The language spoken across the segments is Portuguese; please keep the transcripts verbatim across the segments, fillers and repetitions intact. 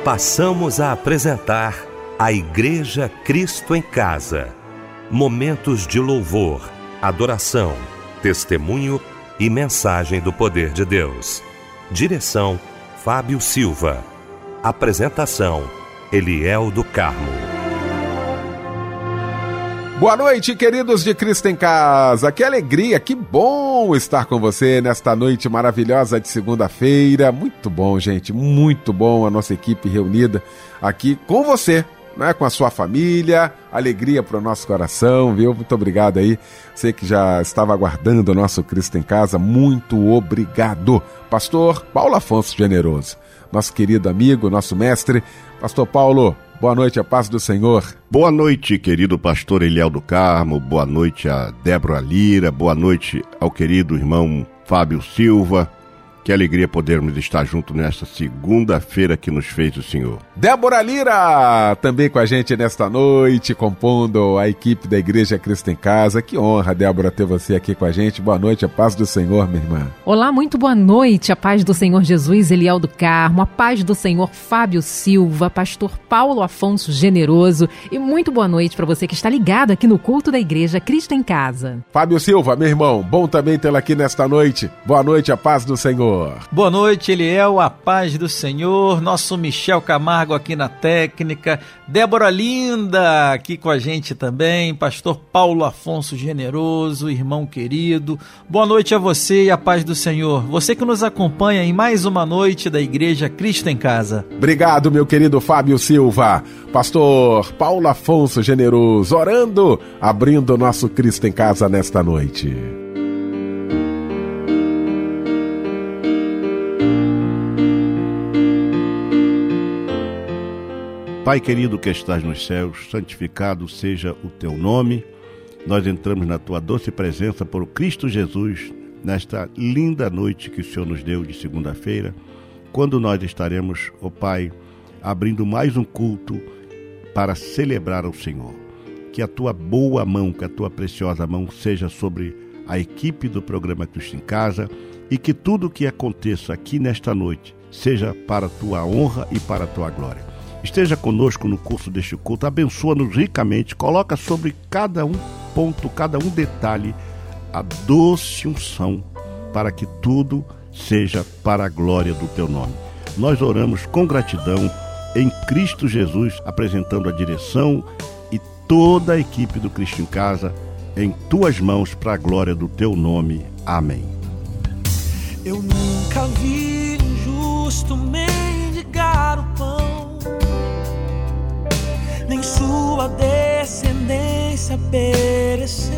Passamos a apresentar a Igreja Cristo em Casa. Momentos de louvor, adoração, testemunho e mensagem do poder de Deus. Direção, Fábio Silva. Apresentação, Eliel do Carmo. Boa noite, queridos de Cristo em Casa. Que alegria, que bom estar com você nesta noite maravilhosa de segunda-feira. Muito bom, gente, muito bom a nossa equipe reunida aqui com você, né, com a sua família. Alegria para o nosso coração, viu? Muito obrigado aí. Você que já estava aguardando o nosso Cristo em Casa, muito obrigado. Pastor Paulo Afonso Generoso, nosso querido amigo, nosso mestre. Pastor Paulo, boa noite, a paz do Senhor. Boa noite, querido pastor Eliel do Carmo, boa noite a Débora Lira, boa noite ao querido irmão Fábio Silva. Que alegria podermos estar juntos nesta segunda-feira que nos fez o Senhor. Débora Lira, também com a gente nesta noite, compondo a equipe da Igreja Cristo em Casa. Que honra, Débora, ter você aqui com a gente. Boa noite, a paz do Senhor, minha irmã. Olá, muito boa noite, a paz do Senhor Jesus, Eliel do Carmo, a paz do Senhor Fábio Silva, pastor Paulo Afonso Generoso, e muito boa noite para você que está ligado aqui no culto da Igreja Cristo em Casa. Fábio Silva, meu irmão, bom também tê-lo aqui nesta noite. Boa noite, a paz do Senhor. Boa noite, Eliel, a paz do Senhor, nosso Michel Camargo aqui na técnica, Débora Linda aqui com a gente também, pastor Paulo Afonso Generoso, irmão querido, boa noite a você e a paz do Senhor, você que nos acompanha em mais uma noite da Igreja Cristo em Casa. Obrigado, meu querido Fábio Silva, pastor Paulo Afonso Generoso, orando, abrindo o nosso Cristo em Casa nesta noite. Pai querido que estás nos céus, santificado seja o teu nome. Nós entramos na tua doce presença por Cristo Jesus, nesta linda noite que o Senhor nos deu de segunda-feira, quando nós estaremos, ó Pai, abrindo mais um culto para celebrar ao Senhor. Que a tua boa mão, que a tua preciosa mão seja sobre a equipe do programa Cristo em Casa e que tudo o que aconteça aqui nesta noite seja para a tua honra e para a tua glória. Esteja conosco no curso deste culto, abençoa-nos ricamente, coloca sobre cada um ponto, cada um detalhe, a doce unção, para que tudo seja para a glória do teu nome. Nós oramos com gratidão em Cristo Jesus, apresentando a direção e toda a equipe do Cristo em Casa em tuas mãos, para a glória do teu nome. Amém. Eu nunca vi um justo mendigar o pão, nem sua descendência perecer.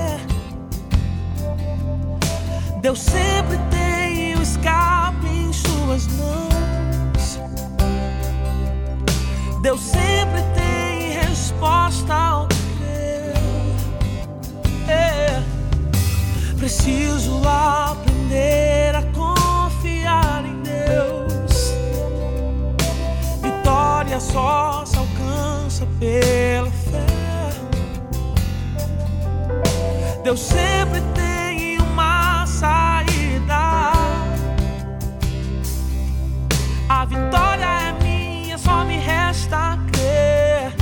Deus sempre tem o escape em suas mãos. Deus sempre tem resposta ao crer. É. Preciso aprender a confiar em Deus. Vitória só se alcança pela fé. Deus sempre tem uma saída. A vitória é minha, só me resta crer.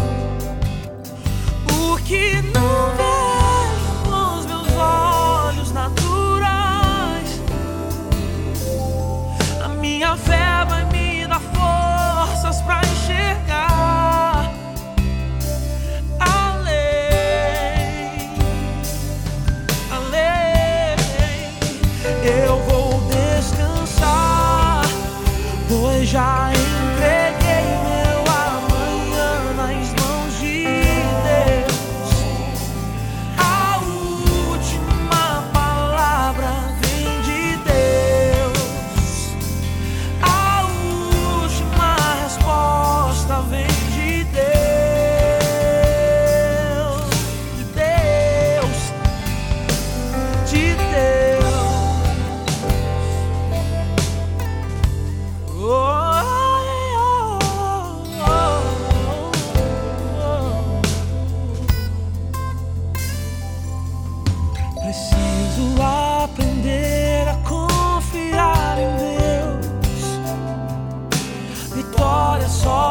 O que não vejo com os meus olhos naturais, a minha fé vai me dar forças pra enxergar além, além. Eu vou descansar, pois já entreguei meu amanhã nas mãos de Deus. A última palavra vem de Deus. A última resposta vem de Deus. De Deus. De Deus. Oh, oh, oh, oh. Preciso aprender a confiar em Deus. Vitória só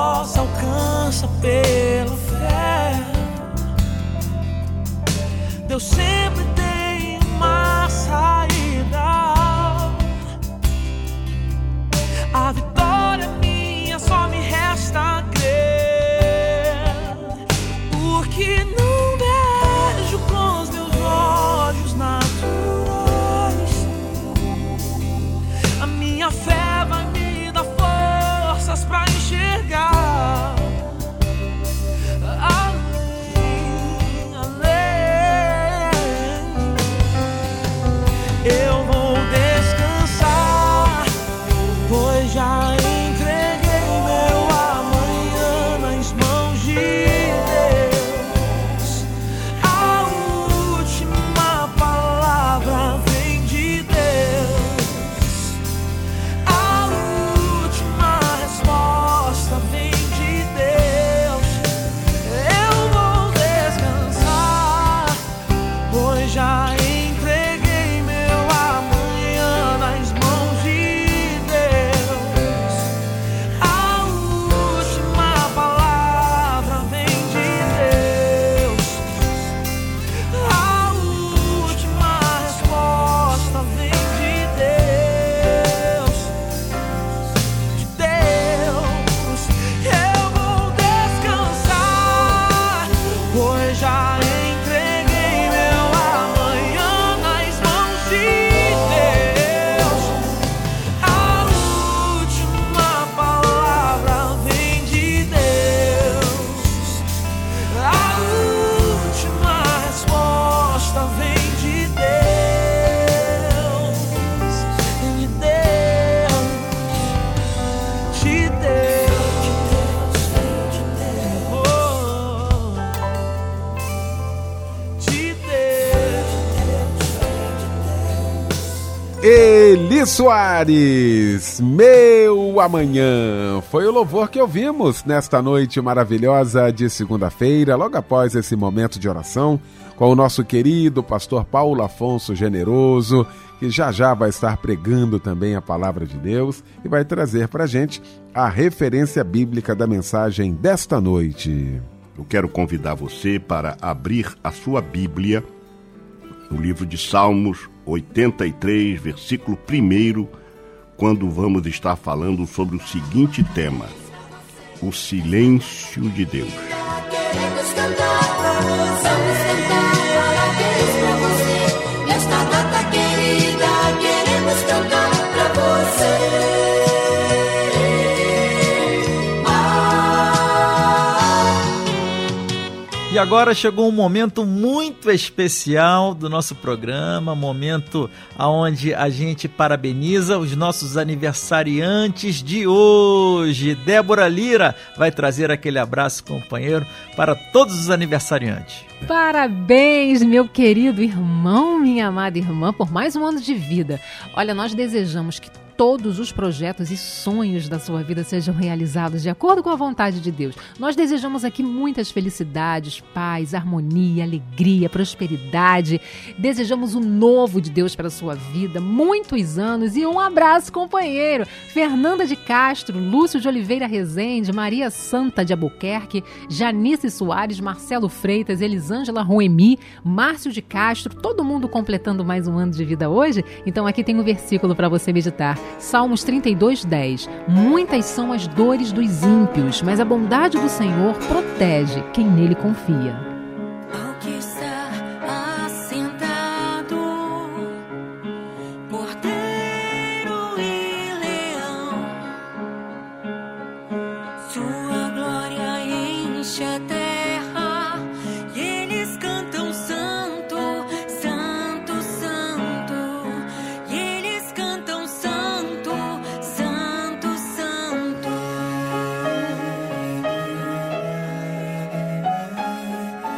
eu sempre tenho uma saída. A vitória é minha, só me resta crer, porque não vejo com os meus olhos naturais. A minha fé vai me dar forças pra enxergar além, além. Eu vou descansar, pois já entreguei meu amanhã nas mãos de Deus. A última palavra vem de Deus. A última resposta vem de Deus. Eu vou descansar, pois já entreguei meu amanhã nas mãos de Deus. A última palavra vem de Deus. A última resposta vem de Deus. De Deus. Eu vou descansar, pois já entreguei meu amanhã nas mãos de Deus. A última palavra vem de Deus. A última resposta vem de Deus. De Deus. De Deus. Oh. De Deus. Eli Soares, meu amanhã. Foi o louvor que ouvimos nesta noite maravilhosa de segunda-feira, logo após esse momento de oração, com o nosso querido pastor Paulo Afonso Generoso, que já já vai estar pregando também a palavra de Deus e vai trazer para a gente a referência bíblica da mensagem desta noite. Eu quero convidar você para abrir a sua Bíblia no livro de Salmos oitenta e três, versículo um, quando vamos estar falando sobre o seguinte tema: o silêncio de Deus. Queremos cantar, vamos cantar parabéns pra você. Nesta data querida, queremos cantar pra você. E agora chegou um momento muito especial do nosso programa, momento onde a gente parabeniza os nossos aniversariantes de hoje. Débora Lira vai trazer aquele abraço, companheiro, para todos os aniversariantes. Parabéns, meu querido irmão, minha amada irmã, por mais um ano de vida. Olha, nós desejamos que todos os projetos e sonhos da sua vida sejam realizados de acordo com a vontade de Deus. Nós desejamos aqui muitas felicidades, paz, harmonia, alegria, prosperidade. Desejamos o novo de Deus para a sua vida, muitos anos e um abraço, companheiro. Fernanda de Castro, Lúcio de Oliveira Rezende, Maria Santa de Albuquerque, Janice Soares, Marcelo Freitas, Elisângela Roemi, Márcio de Castro, todo mundo completando mais um ano de vida hoje. Então aqui tem um versículo para você meditar. Salmos trinta e dois, dez. Muitas são as dores dos ímpios, mas a bondade do Senhor protege quem nele confia. Ao que está assentado, cordeiro e leão, sua glória enche a terra, e eles cantam santo, santo, santo, e eles cantam santo, santo, santo.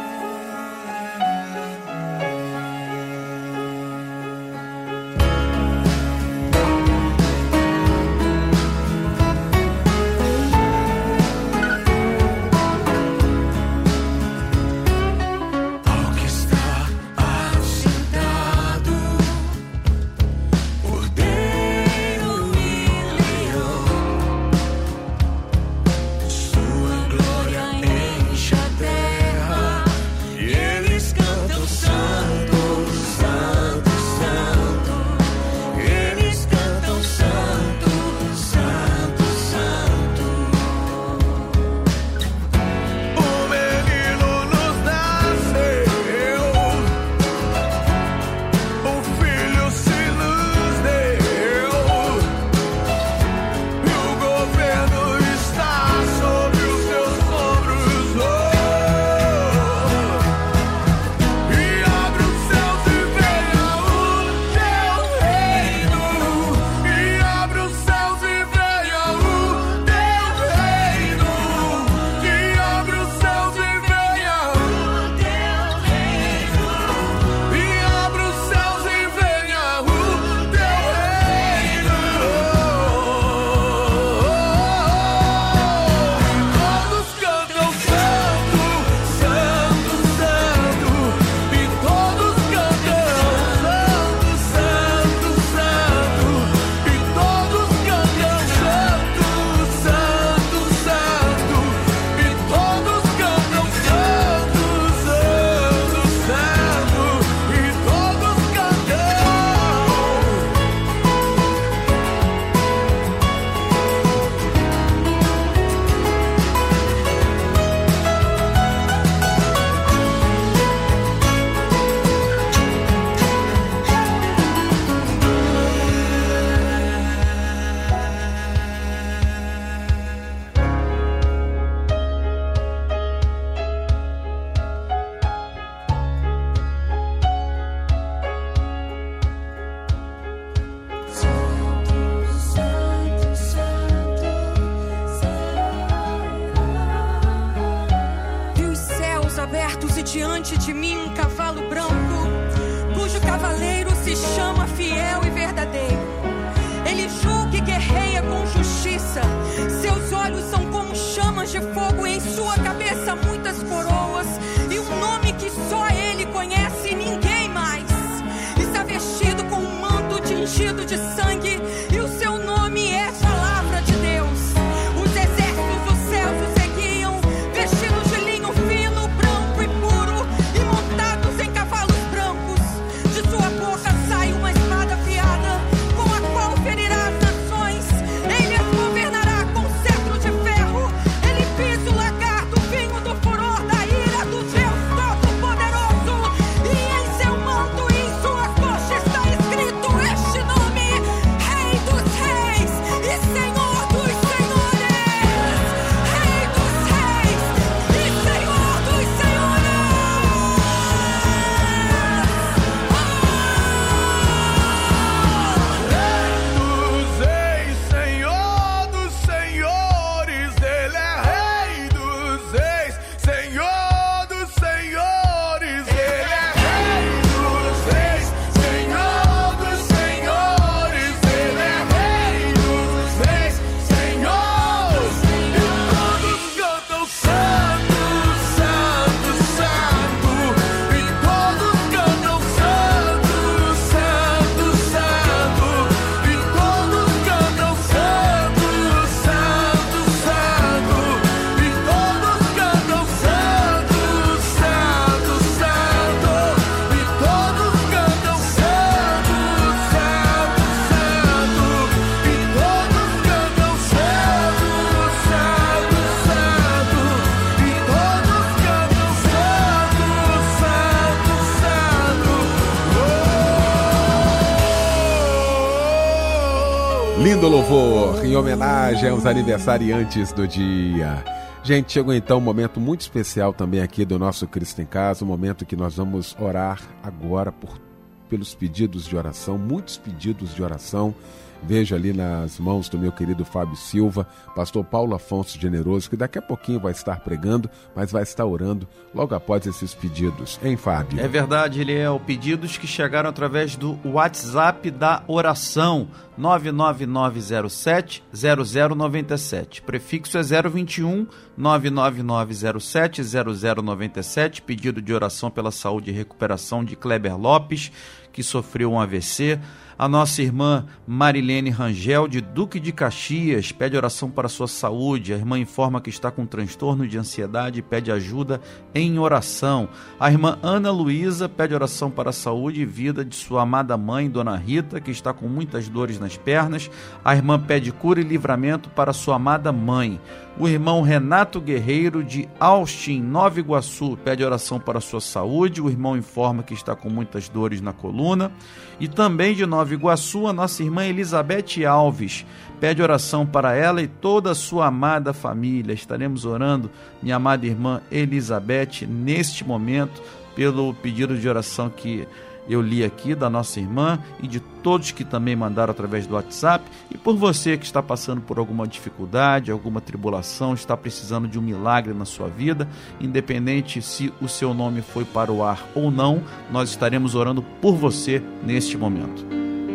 cavaleiro se chama fiel e verdadeiro. Ele julga e guerreia com justiça. Seus olhos são como chamas de fogo, e em sua cabeça muitas coroas. E um nome que só ele conhece e ninguém mais. Está vestido com um manto tingido de sangue, e o seu nome é Palavra de Deus. Os exércitos dos céus o seguiam, vestidos de linho fino, branco e puro, e montados em cavalos brancos. De sua boca sai uma espada afiada, com a qual ferirá as nações. Ele as governará com cetro de ferro. Ele pisa o lagar do vinho do furor da ira do Deus Todo-Poderoso. E em seu manto e em sua coxa está escrito este nome: Rei dos Reis e Senhor dos Senhores. Rei dos Reis e Senhor dos Senhores. Dos reis, Senhor dos senhores, Ele é Rei dos reis, Senhor dos senhores, Ele é Rei dos reis, Senhor dos senhores, Ele é Rei dos reis, Senhor. E todos cantam santo, santo, santo. E todos cantam santo, santo, santo. E todos cantam santo, santo, santo. E todos cantam santo, santo, santo. E todos cantam santo, santo, santo. E todos cantam santo, santo, santo. E todos cantam santo, santo, santo. Lindo louvor em homenagem aos aniversariantes do dia. Gente, chegou então um momento muito especial também aqui do nosso Cristo em Casa, um momento que nós vamos orar agora por, pelos pedidos de oração, muitos pedidos de oração. Vejo ali nas mãos do meu querido Fábio Silva, pastor Paulo Afonso Generoso, que daqui a pouquinho vai estar pregando, mas vai estar orando logo após esses pedidos. Hein, Fábio? É verdade, Eliel. Pedidos que chegaram através do WhatsApp da oração, nove nove nove zero sete zero zero nove sete. Prefixo é zero vinte e um, nove nove nove zero sete zero zero nove sete. Pedido de oração pela saúde e recuperação de Kleber Lopes, que sofreu um A V C. A nossa irmã Marilene Rangel, de Duque de Caxias, pede oração para a sua saúde. A irmã informa que está com transtorno de ansiedade e pede ajuda em oração. A irmã Ana Luísa pede oração para a saúde e vida de sua amada mãe, Dona Rita, que está com muitas dores nas pernas. A irmã pede cura e livramento para sua amada mãe. O irmão Renato Guerreiro, de Austin, Nova Iguaçu, pede oração para a sua saúde. O irmão informa que está com muitas dores na coluna. E também de Nova Iguaçu, a nossa irmã Elizabeth Alves pede oração para ela e toda a sua amada família. Estaremos orando, minha amada irmã Elizabeth, neste momento, pelo pedido de oração que eu li aqui da nossa irmã e de todos que também mandaram através do WhatsApp, e por você que está passando por alguma dificuldade, alguma tribulação, está precisando de um milagre na sua vida, independente se o seu nome foi para o ar ou não, nós estaremos orando por você neste momento.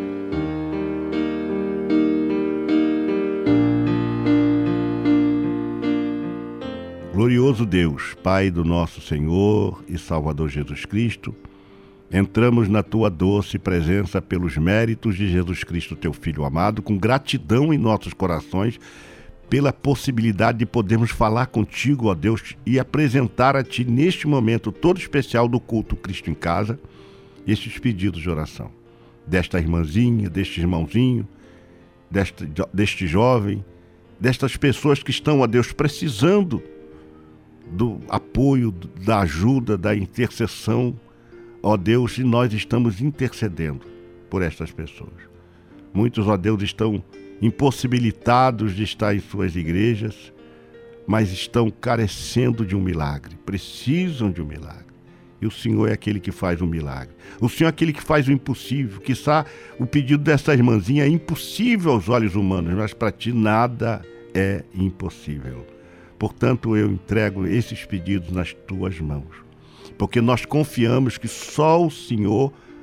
Glorioso Deus, Pai do nosso Senhor e Salvador Jesus Cristo, entramos na tua doce presença pelos méritos de Jesus Cristo, teu Filho amado, com gratidão em nossos corações pela possibilidade de podermos falar contigo, ó Deus, e apresentar a ti neste momento todo especial do culto Cristo em Casa, estes pedidos de oração, desta irmãzinha, deste irmãozinho, deste, deste jovem, destas pessoas que estão, ó Deus, precisando do apoio, da ajuda, da intercessão, ó Deus, e nós estamos intercedendo por estas pessoas. Muitos, ó Deus, estão impossibilitados de estar em suas igrejas, mas estão carecendo de um milagre, precisam de um milagre. E o Senhor é aquele que faz um milagre. O Senhor é aquele que faz o impossível. Quiçá o pedido dessa irmãzinha é impossível aos olhos humanos, mas para ti nada é impossível. Portanto, eu entrego esses pedidos nas tuas mãos, porque nós confiamos que só o Senhor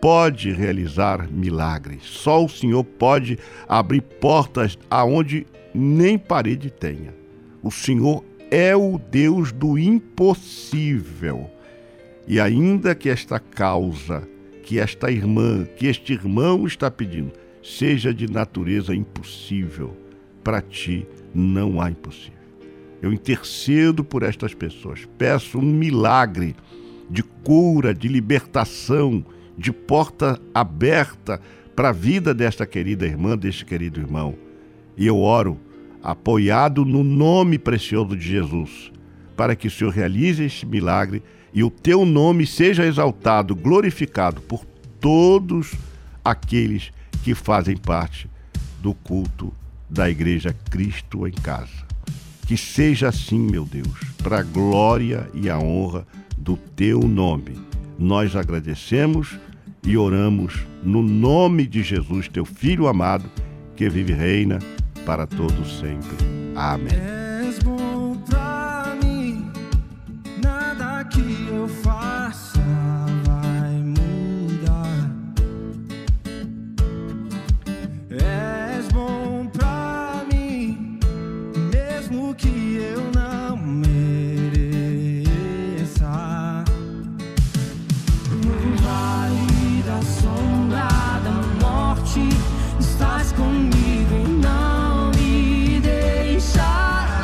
pode realizar milagres. Só o Senhor pode abrir portas aonde nem parede tenha. O Senhor é o Deus do impossível. E ainda que esta causa, que esta irmã, que este irmão está pedindo, seja de natureza impossível, para ti não há impossível. Eu intercedo por estas pessoas, peço um milagre de cura, de libertação, de porta aberta para a vida desta querida irmã, deste querido irmão. E eu oro, apoiado no nome precioso de Jesus, para que o Senhor realize este milagre e o teu nome seja exaltado, glorificado por todos aqueles que fazem parte do culto da Igreja Cristo em Casa. Que seja assim, meu Deus, para a glória e a honra do teu nome. Nós agradecemos e oramos no nome de Jesus, teu Filho amado, que vive e reina para todos sempre. Amém. És bom pra mim, nada que eu faça vai mudar. És bom pra mim, mesmo que eu não mereça. No vale da sombra da morte, estás comigo e não me deixarás.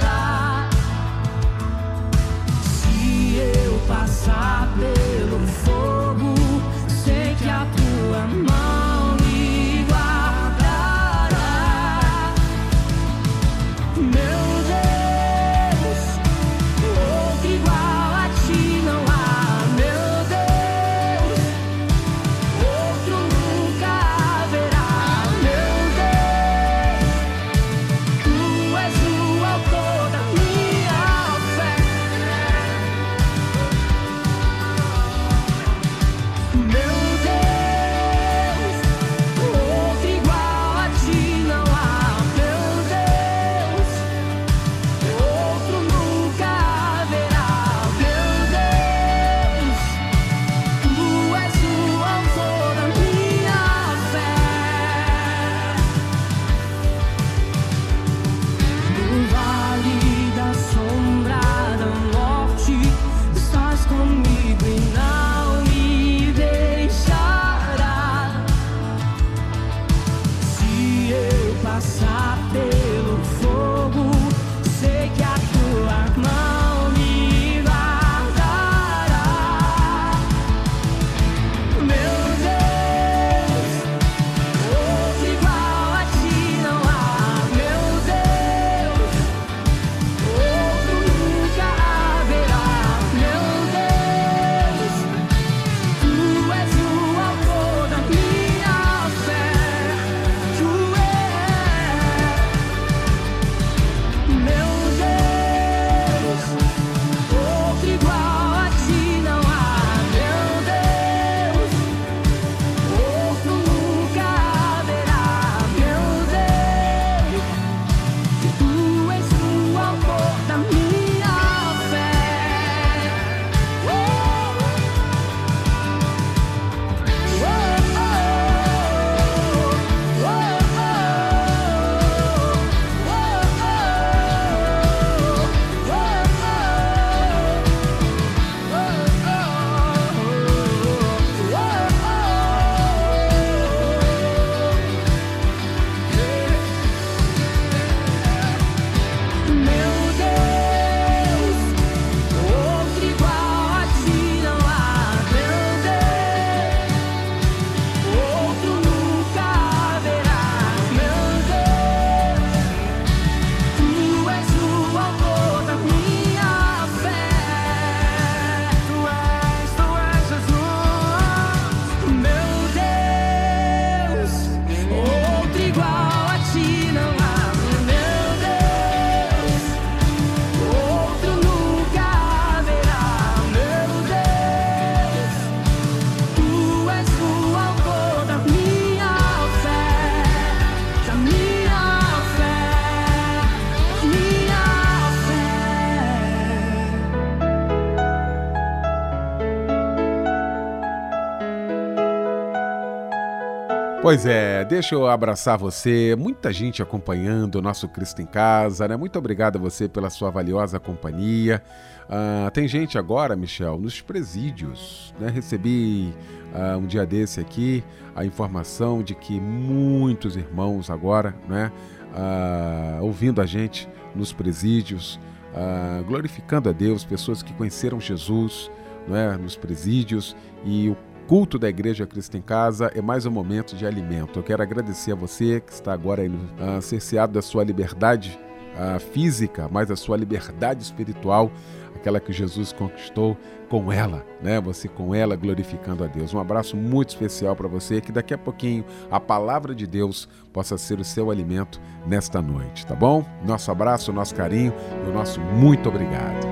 Pois é, deixa eu abraçar você, muita gente acompanhando o nosso Cristo em Casa, né? Muito obrigado a você pela sua valiosa companhia. Uh, tem gente agora, Michel, nos presídios, né? Recebi uh, um dia desse aqui a informação de que muitos irmãos agora, né? Uh, ouvindo a gente nos presídios, uh, glorificando a Deus, pessoas que conheceram Jesus, né? Nos presídios, e o culto da Igreja Cristo em Casa é mais um momento de alimento. Eu quero agradecer a você que está agora aí, uh, cerceado da sua liberdade uh, física, mas a sua liberdade espiritual, aquela que Jesus conquistou com ela, né? Você com ela glorificando a Deus. Um abraço muito especial para você, que daqui a pouquinho a palavra de Deus possa ser o seu alimento nesta noite, tá bom? Nosso abraço, nosso carinho e o nosso muito obrigado.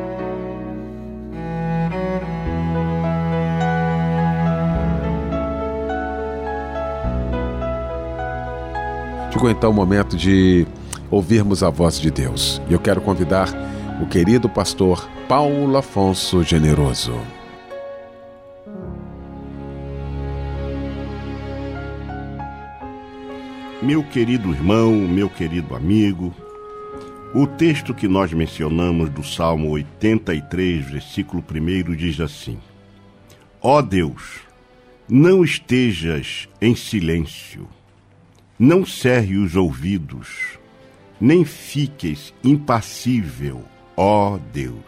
Chegou então o momento de ouvirmos a voz de Deus. E eu quero convidar o querido pastor Paulo Afonso Generoso. Meu querido irmão, meu querido amigo, o texto que nós mencionamos do Salmo oitenta e três, versículo primeiro, diz assim: Ó Deus, não estejas em silêncio, não cerre os ouvidos, nem fiques impassível, ó Deus.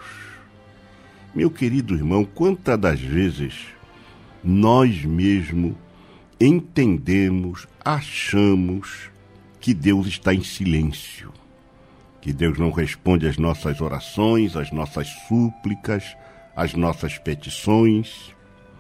Meu querido irmão, quantas das vezes nós mesmos entendemos, achamos que Deus está em silêncio, que Deus não responde às nossas orações, às nossas súplicas, às nossas petições,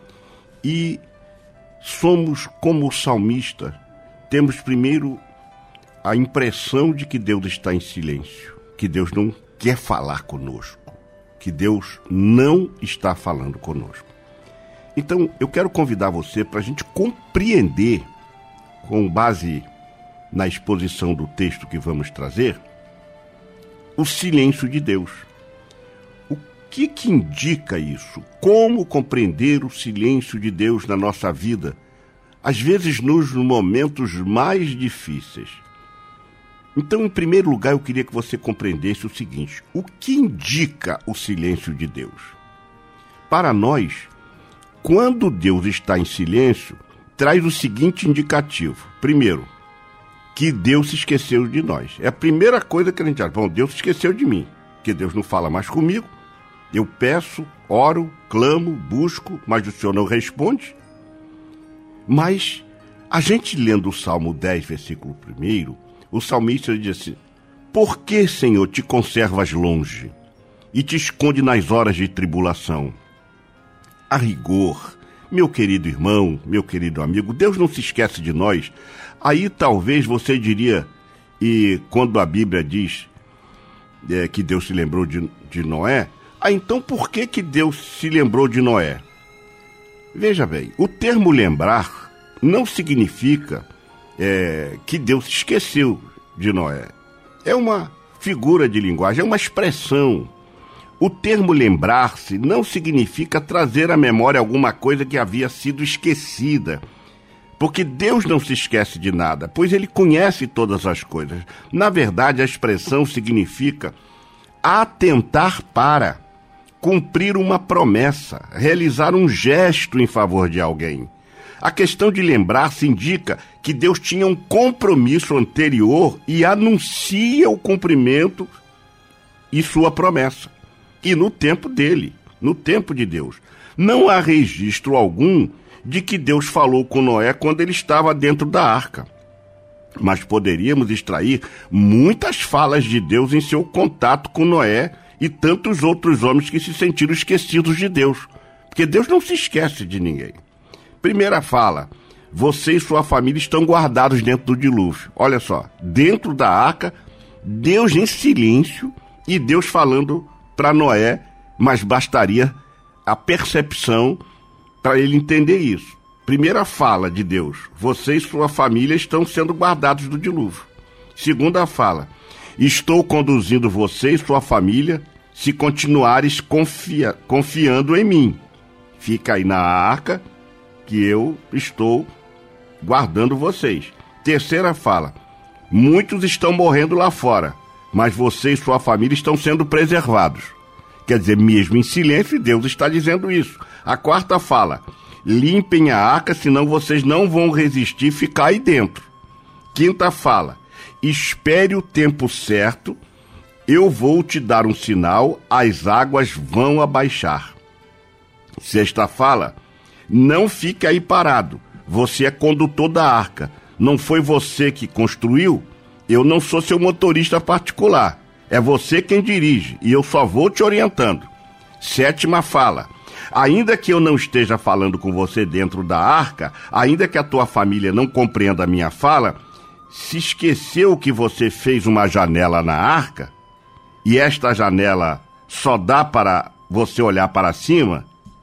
e somos como o salmista. Temos primeiro a impressão de que Deus está em silêncio, que Deus não quer falar conosco, que Deus não está falando conosco. Então, eu quero convidar você para a gente compreender, com base na exposição do texto que vamos trazer, o silêncio de Deus. O que que indica isso? Como compreender o silêncio de Deus na nossa vida? Às vezes nos momentos mais difíceis. Então, em primeiro lugar, eu queria que você compreendesse o seguinte: o que indica o silêncio de Deus? Para nós, quando Deus está em silêncio, traz o seguinte indicativo. Primeiro, que Deus se esqueceu de nós. É a primeira coisa que a gente fala. Bom, Deus se esqueceu de mim, porque Deus não fala mais comigo. Eu peço, oro, clamo, busco, mas o Senhor não responde. Mas a gente lendo o Salmo dez, versículo primeiro, o salmista diz assim: por que, Senhor, te conservas longe e te esconde nas horas de tribulação? A rigor, meu querido irmão, meu querido amigo, Deus não se esquece de nós. Aí talvez você diria, e quando a Bíblia diz é, que Deus se lembrou de, de Noé, ah, então por que que Deus se lembrou de Noé? Veja bem, o termo lembrar não significa é, que Deus se esqueceu de Noé. É uma figura de linguagem, é uma expressão. O termo lembrar-se não significa trazer à memória alguma coisa que havia sido esquecida, porque Deus não se esquece de nada, pois Ele conhece todas as coisas. Na verdade, a expressão significa atentar para, cumprir uma promessa, realizar um gesto em favor de alguém. A questão de lembrar-se indica que Deus tinha um compromisso anterior e anuncia o cumprimento e sua promessa. E no tempo dele, no tempo de Deus. Não há registro algum de que Deus falou com Noé quando ele estava dentro da arca. Mas poderíamos extrair muitas falas de Deus em seu contato com Noé e tantos outros homens que se sentiram esquecidos de Deus. Porque Deus não se esquece de ninguém. Primeira fala: você e sua família estão guardados dentro do dilúvio. Olha só, dentro da arca, Deus em silêncio e Deus falando para Noé, mas bastaria a percepção para ele entender isso. Primeira fala de Deus: você e sua família estão sendo guardados do dilúvio. Segunda fala: estou conduzindo você e sua família se continuares confia, confiando em mim. Fica aí na arca que eu estou guardando vocês. Terceira fala, muitos estão morrendo lá fora, mas você e sua família estão sendo preservados. Quer dizer, mesmo em silêncio, Deus está dizendo isso. A quarta fala, limpem a arca, senão vocês não vão resistir e ficar aí dentro. Quinta fala, espere o tempo certo, eu vou te dar um sinal, as águas vão abaixar. Sexta fala, não fique aí parado, você é condutor da arca, não foi você que construiu? Eu não sou seu motorista particular, é você quem dirige e eu só vou te orientando. Sétima fala, ainda que eu não esteja falando com você dentro da arca, ainda que a tua família não compreenda a minha fala, se esqueceu que você fez uma janela na arca, e esta janela só dá para você olhar para cima,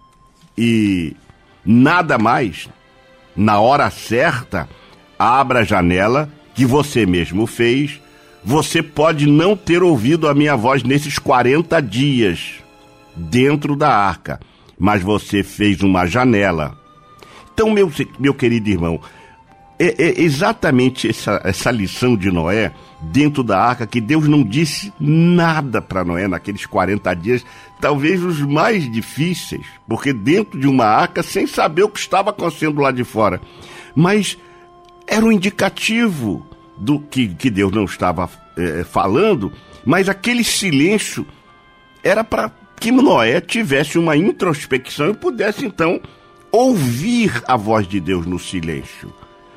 e nada mais, na hora certa, abra a janela que você mesmo fez, você pode não ter ouvido a minha voz nesses quarenta dias dentro da arca, mas você fez uma janela. Então, meu, meu querido irmão, é, é exatamente essa, essa lição de Noé dentro da arca, que Deus não disse nada para Noé naqueles quarenta dias, talvez os mais difíceis, porque dentro de uma arca, sem saber o que estava acontecendo lá de fora, mas era um indicativo do que, que Deus não estava é, falando, mas aquele silêncio era para que Noé tivesse uma introspecção e pudesse então ouvir a voz de Deus no silêncio.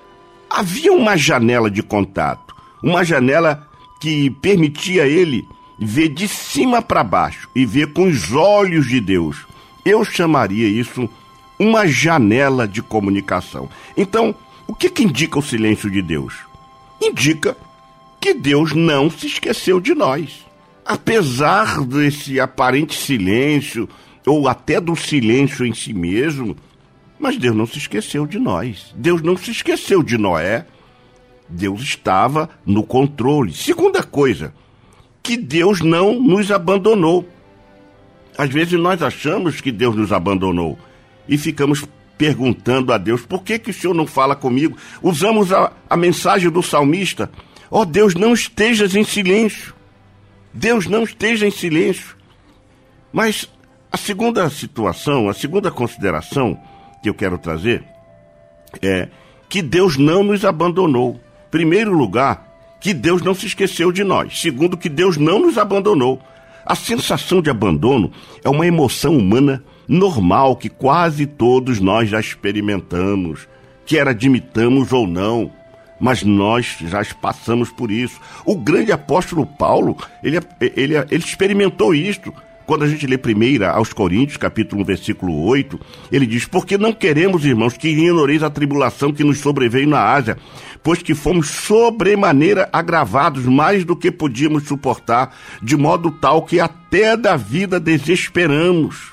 Havia uma janela de contato, uma janela que permitia ele ver de cima para baixo e ver com os olhos de Deus. Eu chamaria isso uma janela de comunicação. Então, o que, que indica o silêncio de Deus? Indica que Deus não se esqueceu de nós. Apesar desse aparente silêncio, ou até do silêncio em si mesmo, mas Deus não se esqueceu de nós. Deus não se esqueceu de Noé. Deus estava no controle. Segunda coisa, que Deus não nos abandonou. Às vezes nós achamos que Deus nos abandonou e ficamos perguntando a Deus, por que que o Senhor não fala comigo? Usamos a, a mensagem do salmista, ó Deus, não estejas em silêncio. Deus não esteja em silêncio. Mas a segunda situação, a segunda consideração que eu quero trazer é que Deus não nos abandonou. Primeiro lugar, que Deus não se esqueceu de nós. Segundo, que Deus não nos abandonou. A sensação de abandono é uma emoção humana normal que quase todos nós já experimentamos, quer admitamos ou não, mas nós já passamos por isso. O grande apóstolo Paulo, ele, ele, ele experimentou isto. Quando a gente lê primeira aos Coríntios, capítulo um, versículo oito, ele diz, porque não queremos, irmãos, que ignoreis a tribulação que nos sobreveio na Ásia, pois que fomos sobremaneira agravados mais do que podíamos suportar, de modo tal que até da vida desesperamos.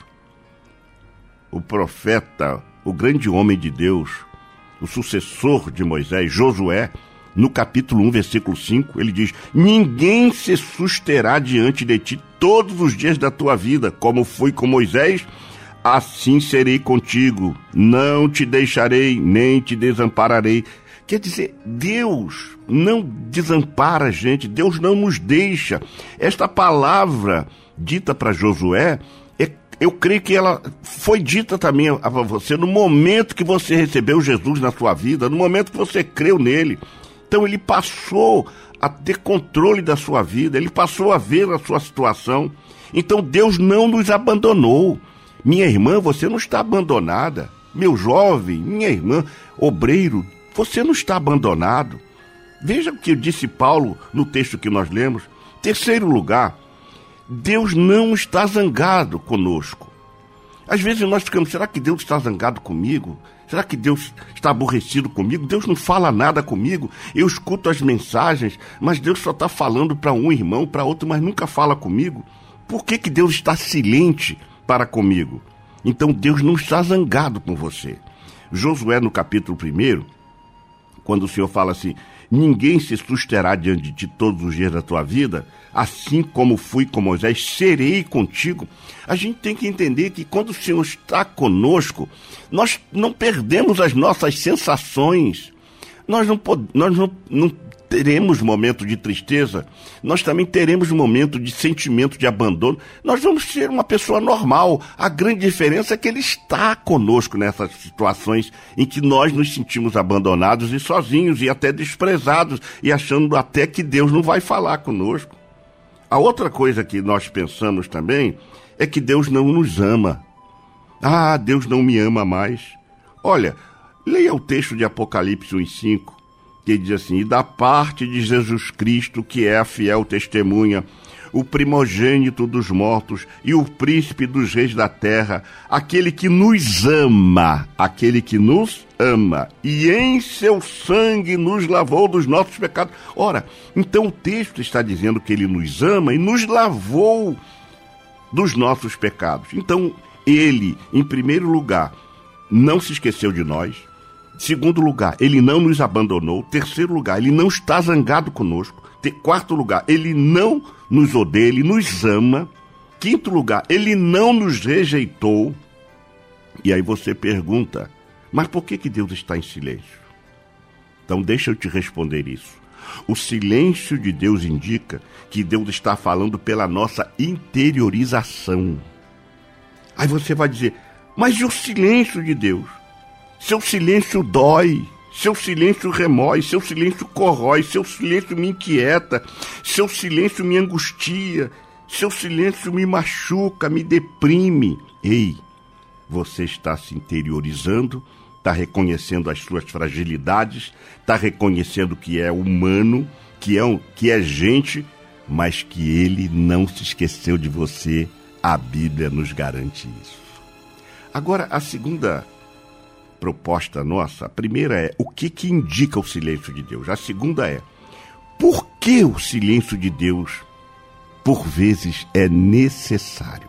O profeta, o grande homem de Deus, o sucessor de Moisés, Josué, no capítulo um, versículo cinco, ele diz, ninguém se susterá diante de ti todos os dias da tua vida, como fui com Moisés, assim serei contigo, não te deixarei, nem te desampararei. Quer dizer, Deus não desampara a gente, Deus não nos deixa. Esta palavra dita para Josué, é, eu creio que ela foi dita também a você no momento que você recebeu Jesus na sua vida, no momento que você creu nele. Então ele passou a ter controle da sua vida, ele passou a ver a sua situação. Então Deus não nos abandonou. Minha irmã, você não está abandonada. Meu jovem, minha irmã, obreiro, você não está abandonado. Veja o que disse Paulo no texto que nós lemos. Terceiro lugar, Deus não está zangado conosco. Às vezes nós ficamos, será que Deus está zangado comigo? Será que Deus está aborrecido comigo? Deus não fala nada comigo. Eu escuto as mensagens, mas Deus só está falando para um irmão, para outro, mas nunca fala comigo. Por que que Deus está silente para comigo? Então Deus não está zangado com você. Josué, no capítulo primeiro, quando o Senhor fala assim, ninguém se susterá diante de ti todos os dias da tua vida, assim como fui com Moisés, serei contigo. A gente tem que entender que quando o Senhor está conosco, nós não perdemos as nossas sensações, Nós não, pod- nós não, não teremos momento de tristeza, nós também teremos momento de sentimento de abandono. Nós vamos ser uma pessoa normal. A grande diferença é que Ele está conosco nessas situações em que nós nos sentimos abandonados e sozinhos e até desprezados e achando até que Deus não vai falar conosco. A outra coisa que nós pensamos também é que Deus não nos ama. Ah, Deus não me ama mais. Olha, leia o texto de Apocalipse um e cinco, que diz assim: e da parte de Jesus Cristo, que é a fiel testemunha, o primogênito dos mortos e o príncipe dos reis da terra, aquele que nos ama, aquele que nos ama, e em seu sangue nos lavou dos nossos pecados. Ora, então o texto está dizendo que Ele nos ama e nos lavou dos nossos pecados. Então, Ele, em primeiro lugar, não se esqueceu de nós. Segundo lugar, Ele não nos abandonou. Terceiro lugar, Ele não está zangado conosco. Te- Quarto lugar, Ele não nos odeia, Ele nos ama. Quinto lugar, Ele não nos rejeitou. E aí você pergunta, mas por que que Deus está em silêncio? Então deixa eu te responder isso. O silêncio de Deus indica que Deus está falando pela nossa interiorização. Aí você vai dizer, mas e o silêncio de Deus? Seu silêncio dói, seu silêncio remói, seu silêncio corrói, seu silêncio me inquieta, seu silêncio me angustia, seu silêncio me machuca, me deprime. Ei, você está se interiorizando, está reconhecendo as suas fragilidades, está reconhecendo que é humano, que é, um, que é gente, mas que Ele não se esqueceu de você. A Bíblia nos garante isso. Agora, a segunda proposta nossa, a primeira é o que, que indica o silêncio de Deus. A segunda é por que o silêncio de Deus, por vezes, é necessário.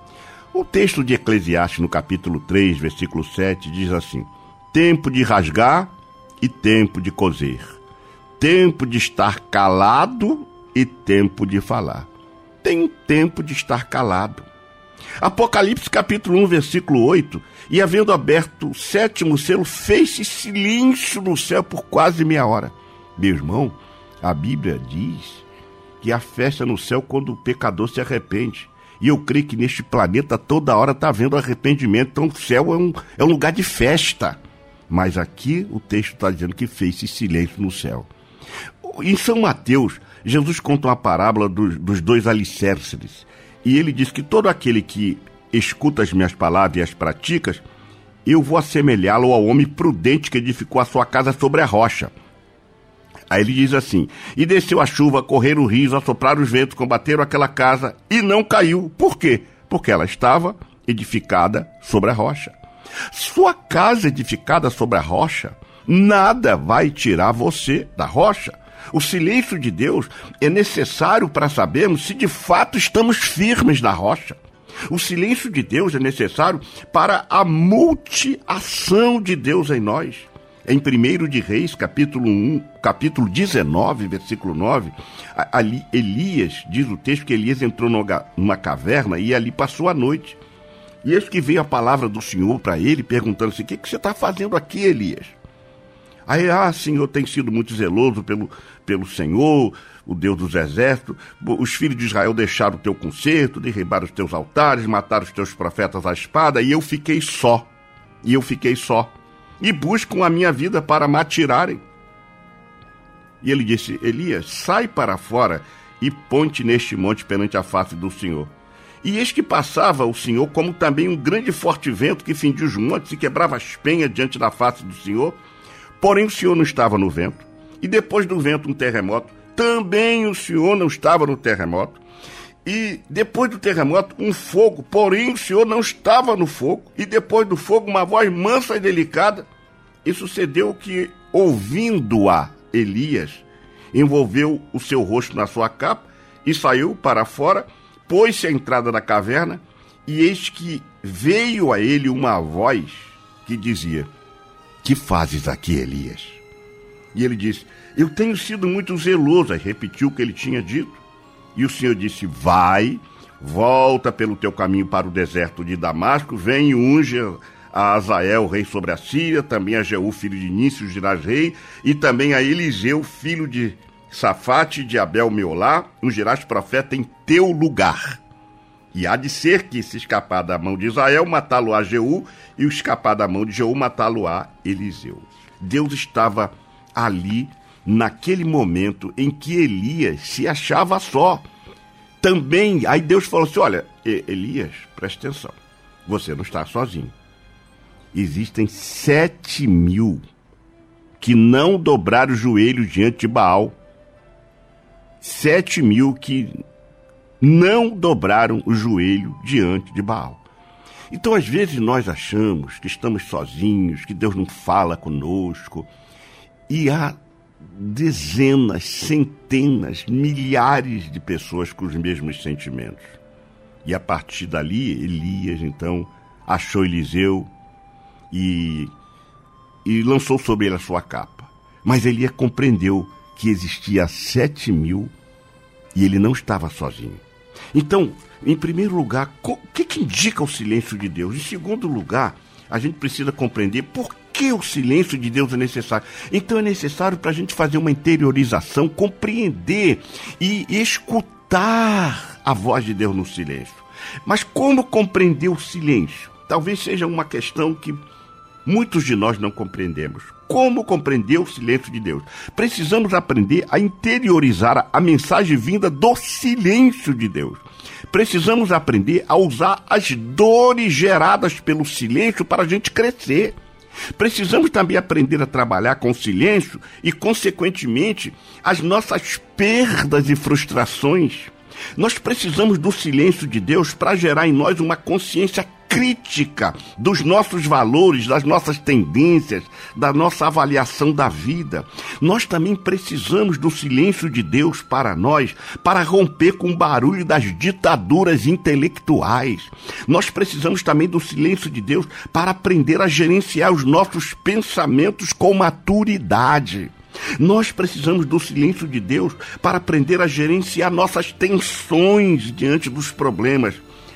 O texto de Eclesiastes, no capítulo três, versículo sete, diz assim: tempo de rasgar e tempo de coser, tempo de estar calado e tempo de falar. Tem um tempo de estar calado. Apocalipse capítulo um, versículo oito, e havendo aberto o sétimo selo, fez-se silêncio no céu por quase meia hora. Meu irmão, a Bíblia diz que há festa no céu quando o pecador se arrepende. E eu creio que neste planeta toda hora está havendo arrependimento, então o céu é um, é um lugar de festa. Mas aqui o texto está dizendo que fez-se silêncio no céu. Em São Mateus, Jesus conta uma parábola dos, dos dois alicerces. E ele diz que todo aquele que escuta as minhas palavras e as pratica, eu vou assemelhá-lo ao homem prudente que edificou a sua casa sobre a rocha. Aí ele diz assim: e desceu a chuva, correram os rios, assopraram os ventos, combateram aquela casa e não caiu. Por quê? Porque ela estava edificada sobre a rocha. Sua casa edificada sobre a rocha, nada vai tirar você da rocha. O silêncio de Deus é necessário para sabermos se de fato estamos firmes na rocha. O silêncio de Deus é necessário para a multiação de Deus em nós. Em primeiro de Reis, capítulo um, capítulo dezenove, versículo nove, ali Elias, diz o texto que Elias entrou numa caverna e ali passou a noite. E eis que veio a palavra do Senhor para ele, perguntando assim: o que, que você está fazendo aqui, Elias? Aí, ah, Senhor, tem sido muito zeloso pelo, pelo Senhor, o Deus dos exércitos. Os filhos de Israel deixaram o teu concerto, derribaram os teus altares, mataram os teus profetas à espada, e eu fiquei só. E eu fiquei só. E buscam a minha vida para me atirarem. E ele disse: Elias, sai para fora e ponte neste monte perante a face do Senhor. E eis que passava o Senhor como também um grande forte vento que fendia os montes e quebrava as penhas diante da face do Senhor. Porém o Senhor não estava no vento. E depois do vento um terremoto. Também o Senhor não estava no terremoto. E depois do terremoto um fogo. Porém o Senhor não estava no fogo. E depois do fogo uma voz mansa e delicada. E sucedeu que, ouvindo-a, Elias envolveu o seu rosto na sua capa e saiu para fora, pôs-se à entrada da caverna, e eis que veio a ele uma voz que dizia: que fazes aqui, Elias? E ele disse: eu tenho sido muito zeloso. Aí repetiu o que ele tinha dito. E o Senhor disse: vai, volta pelo teu caminho para o deserto de Damasco, vem e unge a Azael, rei sobre a Síria, também a Jeú, filho de Nício, Girás, rei, e também a Eliseu, filho de Safate, de Abel, Meolá, ungirás profeta em teu lugar. E há de ser que, se escapar da mão de Israel, matá-lo-á Jeú, e o escapar da mão de Jeú, matá-lo-á Eliseu. Deus estava ali, naquele momento em que Elias se achava só. Também, aí Deus falou assim, olha, Elias, presta atenção, você não está sozinho. Existem sete mil que não dobraram o joelho diante de Baal. Sete mil que não dobraram o joelho diante de Baal. Então, às vezes, nós achamos que estamos sozinhos, que Deus não fala conosco, e há dezenas, centenas, milhares de pessoas com os mesmos sentimentos. E a partir dali, Elias, então, achou Eliseu e, e lançou sobre ele a sua capa. Mas Elias compreendeu que existia sete mil e ele não estava sozinho. Então, em primeiro lugar, o que, que indica o silêncio de Deus? Em segundo lugar, a gente precisa compreender por que o silêncio de Deus é necessário. Então é necessário para a gente fazer uma interiorização, compreender e escutar a voz de Deus no silêncio. Mas como compreender o silêncio? Talvez seja uma questão que muitos de nós não compreendemos. Como compreender o silêncio de Deus? Precisamos aprender a interiorizar a mensagem vinda do silêncio de Deus. Precisamos aprender a usar as dores geradas pelo silêncio para a gente crescer. Precisamos também aprender a trabalhar com o silêncio e, consequentemente, as nossas perdas e frustrações. Nós precisamos do silêncio de Deus para gerar em nós uma consciência crítica dos nossos valores, das nossas tendências, da nossa avaliação da vida. Nós também precisamos do silêncio de Deus para nós, para romper com o barulho das ditaduras intelectuais. Nós precisamos também do silêncio de Deus para aprender a gerenciar os nossos pensamentos com maturidade. Nós precisamos do silêncio de Deus para aprender a gerenciar nossas tensões diante dos problemas.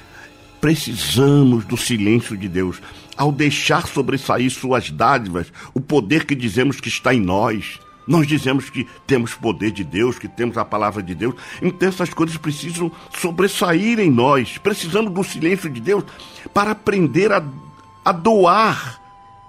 Precisamos do silêncio de Deus ao deixar sobressair suas dádivas, o poder que dizemos que está em nós. Nós dizemos que temos poder de Deus, que temos a palavra de Deus. Então essas coisas precisam sobressair em nós. Precisamos do silêncio de Deus para aprender a, a doar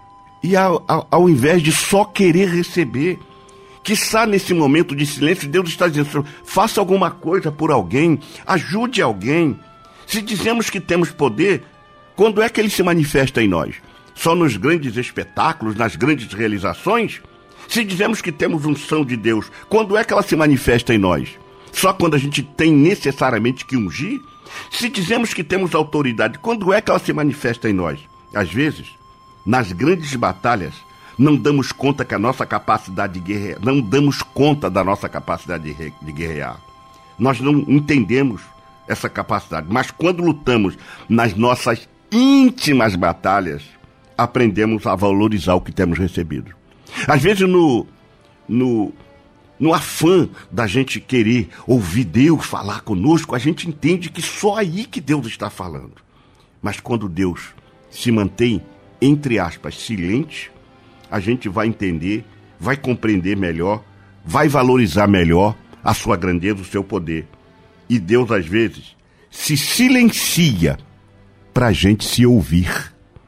e a, a, ao invés de só querer receber. Quiçá nesse momento de silêncio, Deus está dizendo, faça alguma coisa por alguém, ajude alguém. Se dizemos que temos poder, quando é que ele se manifesta em nós? Só nos grandes espetáculos, nas grandes realizações? Se dizemos que temos unção de Deus, quando é que ela se manifesta em nós? Só quando a gente tem necessariamente que ungir? Se dizemos que temos autoridade, quando é que ela se manifesta em nós? Às vezes, nas grandes batalhas, não damos conta que a nossa capacidade de guerrear, não damos conta da nossa capacidade de, re, de guerrear. Nós não entendemos essa capacidade, mas quando lutamos nas nossas íntimas batalhas, aprendemos a valorizar o que temos recebido. Às vezes no, no, no afã da gente querer ouvir Deus falar conosco, a gente entende que só aí que Deus está falando. Mas quando Deus se mantém, entre aspas, silente, a gente vai entender, vai compreender melhor, vai valorizar melhor a sua grandeza, o seu poder. E Deus, às vezes, se silencia para a gente se ouvir.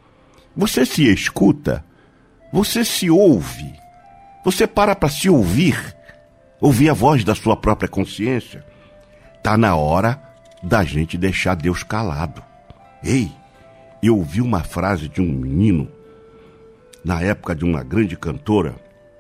Você se escuta, você se ouve, você para para se ouvir, ouvir a voz da sua própria consciência. Está na hora da gente deixar Deus calado. Ei, eu ouvi uma frase de um menino, na época de uma grande cantora.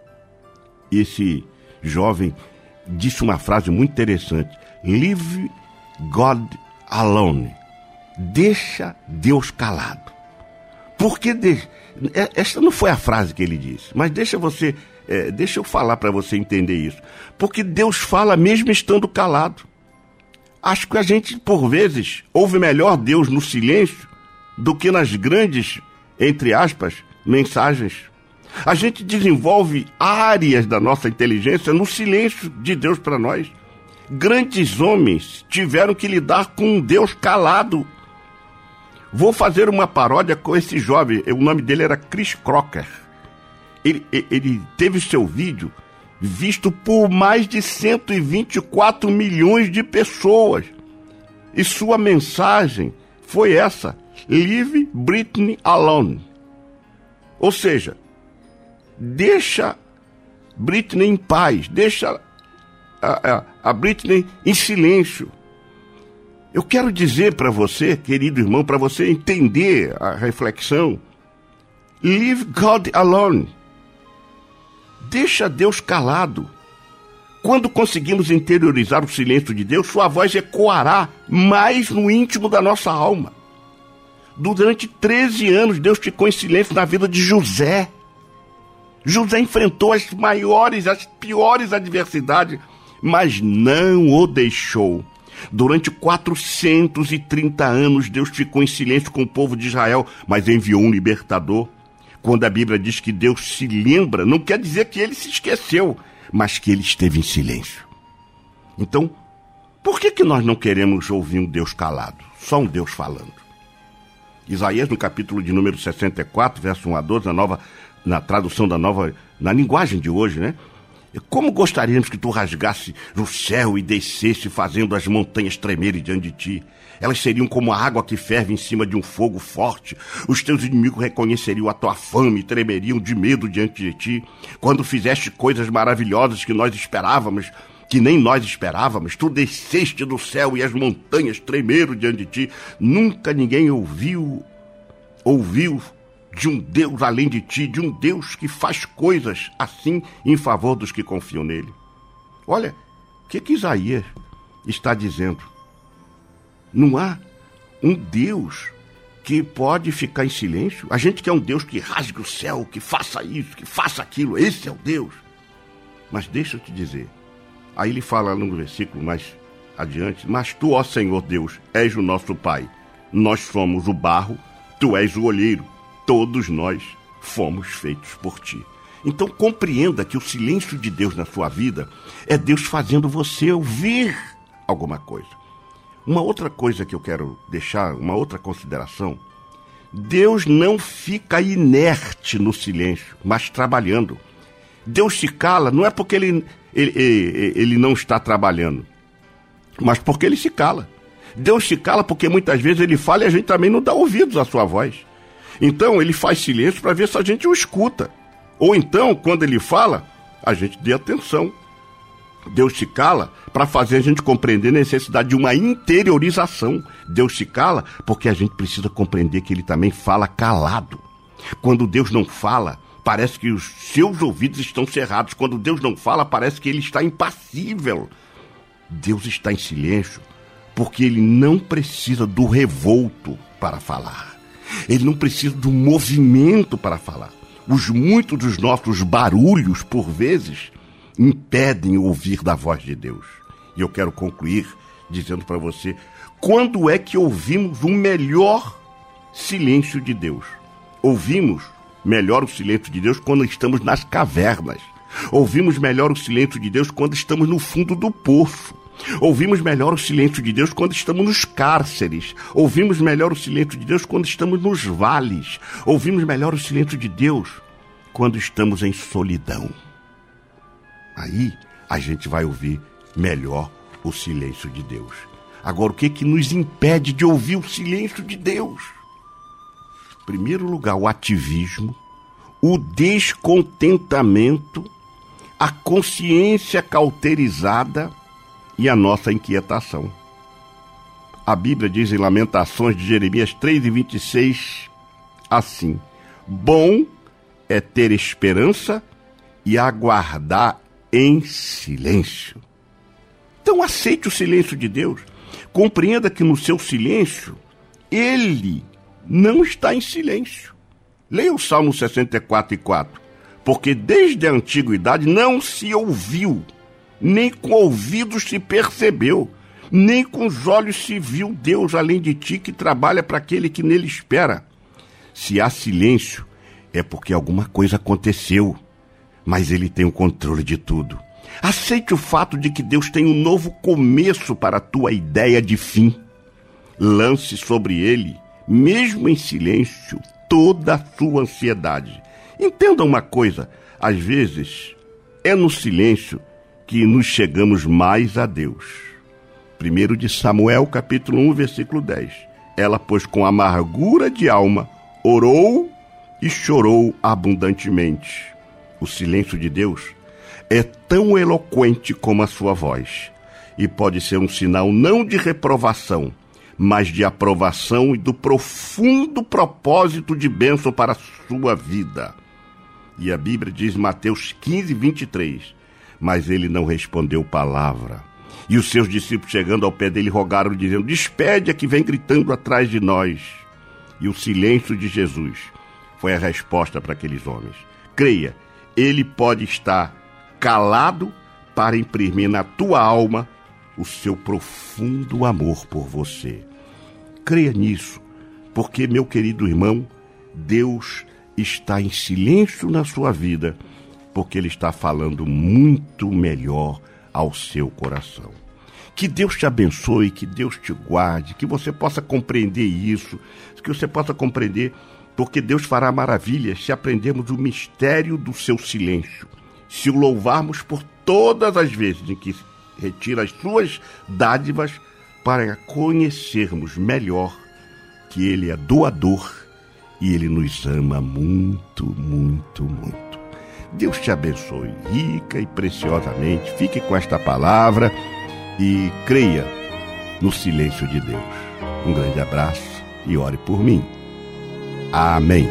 Esse jovem disse uma frase muito interessante. Leave God alone. Deixa Deus calado. Porque de... esta não foi a frase que ele disse, mas deixa você, é, deixa eu falar para você entender isso. Porque Deus fala mesmo estando calado. Acho que a gente, por vezes, ouve melhor Deus no silêncio do que nas grandes, entre aspas, mensagens. A gente desenvolve áreas da nossa inteligência no silêncio de Deus para nós. Grandes homens tiveram que lidar com um Deus calado. Vou fazer uma paródia com esse jovem, o nome dele era Chris Crocker. Ele, ele teve seu vídeo visto por mais de cento e vinte e quatro milhões de pessoas. E sua mensagem foi essa: Leave Britney alone. Ou seja, deixa Britney em paz, deixa a, a, a Britney em silêncio. Eu quero dizer para você, querido irmão, para você entender a reflexão: Leave God alone. Deixa Deus calado. Quando conseguimos interiorizar o silêncio de Deus, sua voz ecoará mais no íntimo da nossa alma. Durante treze anos, Deus ficou em silêncio na vida de José. José enfrentou as maiores, as piores adversidades, mas não o deixou. Durante quatrocentos e trinta anos, Deus ficou em silêncio com o povo de Israel, mas enviou um libertador. Quando a Bíblia diz que Deus se lembra, não quer dizer que ele se esqueceu, mas que ele esteve em silêncio. Então, por que que nós não queremos ouvir um Deus calado? Só um Deus falando. Isaías, no capítulo de número sessenta e quatro, verso um a doze, na, nova, na tradução da nova, na linguagem de hoje, né? Como gostaríamos que tu rasgasse o céu e descesse, fazendo as montanhas tremerem diante de ti. Elas seriam como a água que ferve em cima de um fogo forte. Os teus inimigos reconheceriam a tua fama e tremeriam de medo diante de ti. Quando fizeste coisas maravilhosas que nós esperávamos, que nem nós esperávamos, tu desceste do céu e as montanhas tremeram diante de ti. Nunca ninguém ouviu, ouviu de um Deus além de ti, de um Deus que faz coisas assim em favor dos que confiam nele. Olha, o que que Isaías está dizendo? Não há um Deus que pode ficar em silêncio? A gente quer um Deus que rasgue o céu, que faça isso, que faça aquilo. Esse é o Deus. Mas deixa eu te dizer. Aí ele fala no versículo mais adiante: mas tu, ó Senhor Deus, és o nosso Pai. Nós somos o barro, tu és o olheiro. Todos nós fomos feitos por ti. Então compreenda que o silêncio de Deus na sua vida é Deus fazendo você ouvir alguma coisa. Uma outra coisa que eu quero deixar, uma outra consideração: Deus não fica inerte no silêncio, mas trabalhando. Deus se cala, não é porque ele, ele, ele, ele não está trabalhando, mas porque ele se cala. Deus se cala porque muitas vezes ele fala e a gente também não dá ouvidos à sua voz. Então ele faz silêncio para ver se a gente o escuta. Ou então, quando ele fala, a gente dê atenção. Deus se cala para fazer a gente compreender a necessidade de uma interiorização. Deus se cala porque a gente precisa compreender que ele também fala calado. Quando Deus não fala, parece que os seus ouvidos estão cerrados. Quando Deus não fala, parece que ele está impassível. Deus está em silêncio porque ele não precisa do revolto para falar. Ele não precisa do movimento para falar. Os muitos dos nossos barulhos, por vezes, impedem o ouvir da voz de Deus. E eu quero concluir dizendo para você: quando é que ouvimos o melhor silêncio de Deus? Ouvimos melhor o silêncio de Deus quando estamos nas cavernas. Ouvimos melhor o silêncio de Deus quando estamos no fundo do poço. Ouvimos melhor o silêncio de Deus quando estamos nos cárceres. Ouvimos melhor o silêncio de Deus quando estamos nos vales. Ouvimos melhor o silêncio de Deus quando estamos em solidão. Aí a gente vai ouvir melhor o silêncio de Deus. Agora, o que que nos impede de ouvir o silêncio de Deus? Em primeiro lugar, o ativismo, o descontentamento, a consciência cauterizada e a nossa inquietação. A Bíblia diz em Lamentações de Jeremias três e vinte e seis assim: bom é ter esperança e aguardar em silêncio. Então aceite o silêncio de Deus. Compreenda que no seu silêncio, Ele não está em silêncio. Leia o Salmo sessenta e quatro e quatro. Porque desde a antiguidade não se ouviu, nem com ouvidos se percebeu, nem com os olhos se viu Deus além de ti, que trabalha para aquele que nele espera. Se há silêncio, é porque alguma coisa aconteceu, mas ele tem o controle de tudo. Aceite o fato de que Deus tem um novo começo para a tua ideia de fim. Lance sobre ele mesmo em silêncio, toda a sua ansiedade. Entenda uma coisa, às vezes é no silêncio que nos chegamos mais a Deus. Primeiro de Samuel, capítulo um, versículo dez. Ela, pois, com amargura de alma, orou e chorou abundantemente. O silêncio de Deus é tão eloquente como a sua voz, e pode ser um sinal não de reprovação, mas de aprovação e do profundo propósito de bênção para a sua vida. E a Bíblia diz, Mateus quinze, vinte e três, mas ele não respondeu palavra. E os seus discípulos, chegando ao pé dele, rogaram, dizendo, despede a que vem gritando atrás de nós. E o silêncio de Jesus foi a resposta para aqueles homens. Creia, ele pode estar calado para imprimir na tua alma o seu profundo amor por você. Creia nisso, porque, meu querido irmão, Deus está em silêncio na sua vida, porque Ele está falando muito melhor ao seu coração. Que Deus te abençoe, que Deus te guarde, que você possa compreender isso, que você possa compreender, porque Deus fará maravilhas se aprendermos o mistério do seu silêncio, se o louvarmos por todas as vezes em que retira as suas dádivas, para conhecermos melhor que Ele é doador e Ele nos ama muito, muito, muito. Deus te abençoe rica e preciosamente. Fique com esta palavra e creia no silêncio de Deus. Um grande abraço e ore por mim. Amém.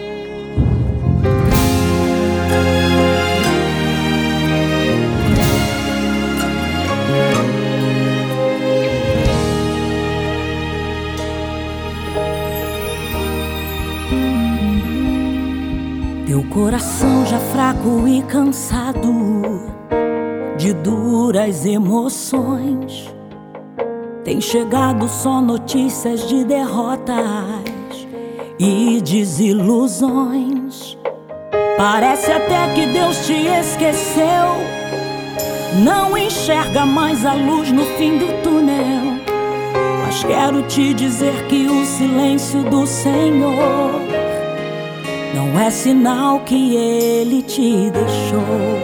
Teu coração já fraco e cansado de duras emoções, tem chegado só notícias de derrotas e desilusões. Parece até que Deus te esqueceu, não enxerga mais a luz no fim do túnel. Mas quero te dizer que o silêncio do Senhor não é sinal que Ele te deixou.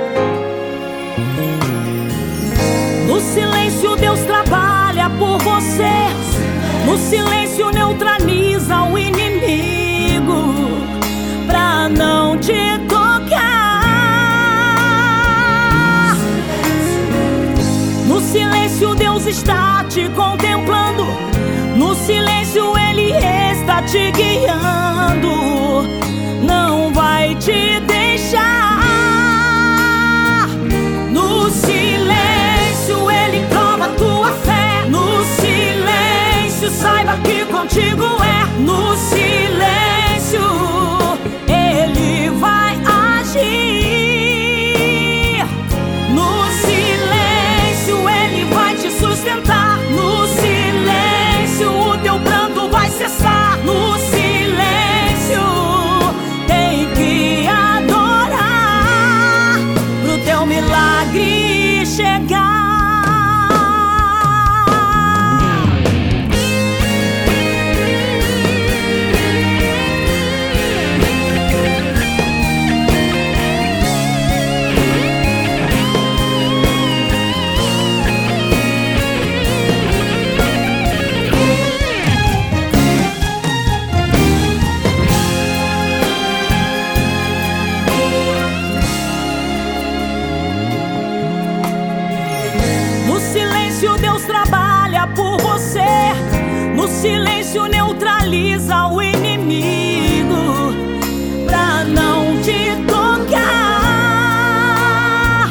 No silêncio Deus trabalha por você, no silêncio neutraliza o inimigo pra não te tocar. No silêncio Deus está te contemplando, no silêncio Ele está te guiando, não vai te deixar. No silêncio Ele prova tua fé, no silêncio saiba que contigo é. No silêncio Ele vai agir, no silêncio Ele vai te sustentar, no silêncio o teu pranto vai cessar. No silêncio tem que adorar pro teu milagre chegar. Por você, no silêncio neutraliza o inimigo pra não te tocar.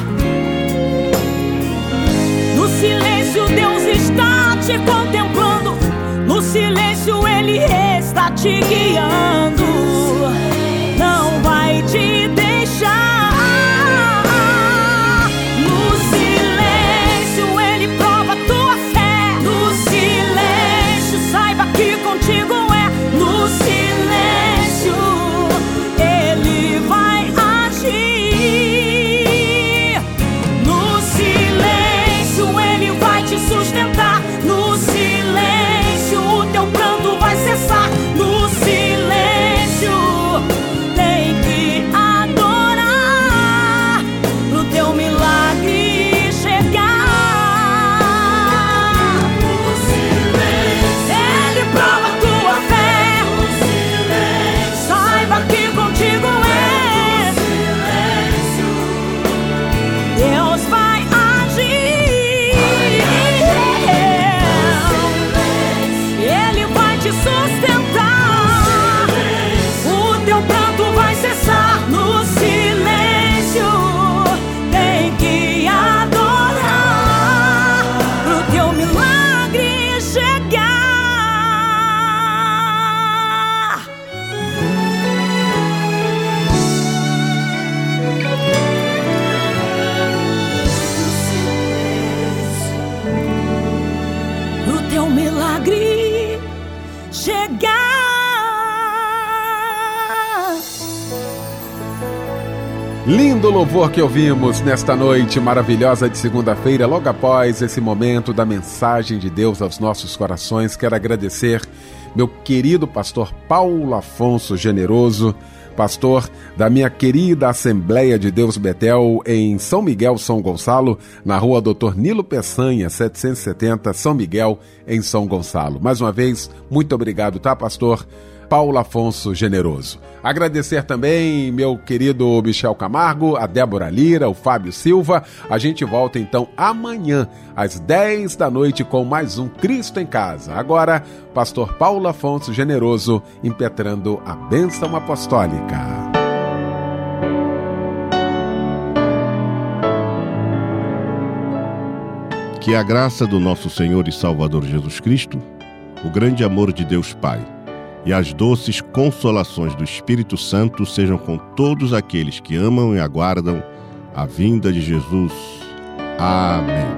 No silêncio Deus está te contemplando, no silêncio Ele está te guiando, não vai te deixar. Contigo é. No silêncio Ele vai agir, no silêncio Ele vai te sustentar, no silêncio o teu pranto vai cessar. Lindo louvor que ouvimos nesta noite maravilhosa de segunda-feira, logo após esse momento da mensagem de Deus aos nossos corações. Quero agradecer meu querido pastor Paulo Afonso Generoso, pastor da minha querida Assembleia de Deus Betel em São Miguel, São Gonçalo, na rua doutor Nilo Peçanha, setecentos e setenta, São Miguel, em São Gonçalo. Mais uma vez, muito obrigado, tá, pastor Paulo Afonso Generoso. Agradecer também meu querido Michel Camargo, a Débora Lira, o Fábio Silva. A gente volta então amanhã, às dez da noite, com mais um Cristo em Casa. Agora, pastor Paulo Afonso Generoso, impetrando a bênção apostólica. Que a graça do nosso Senhor e Salvador Jesus Cristo, o grande amor de Deus Pai e as doces consolações do Espírito Santo sejam com todos aqueles que amam e aguardam a vinda de Jesus. Amém.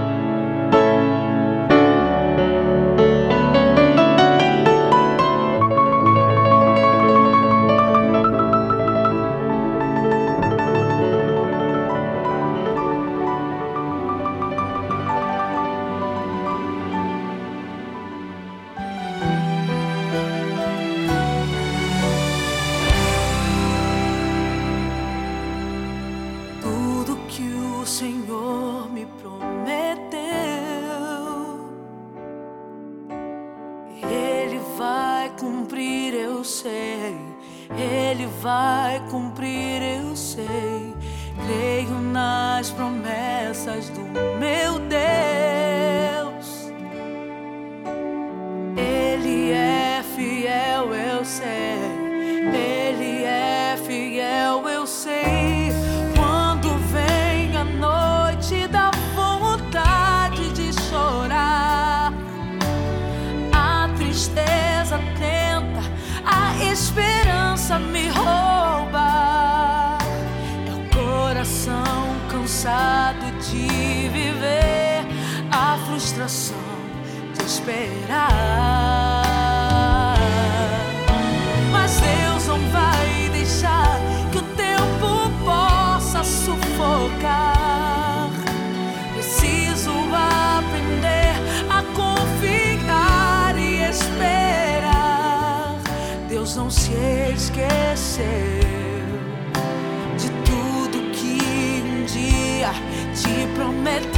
Não se esqueceu de tudo que um dia te prometeu.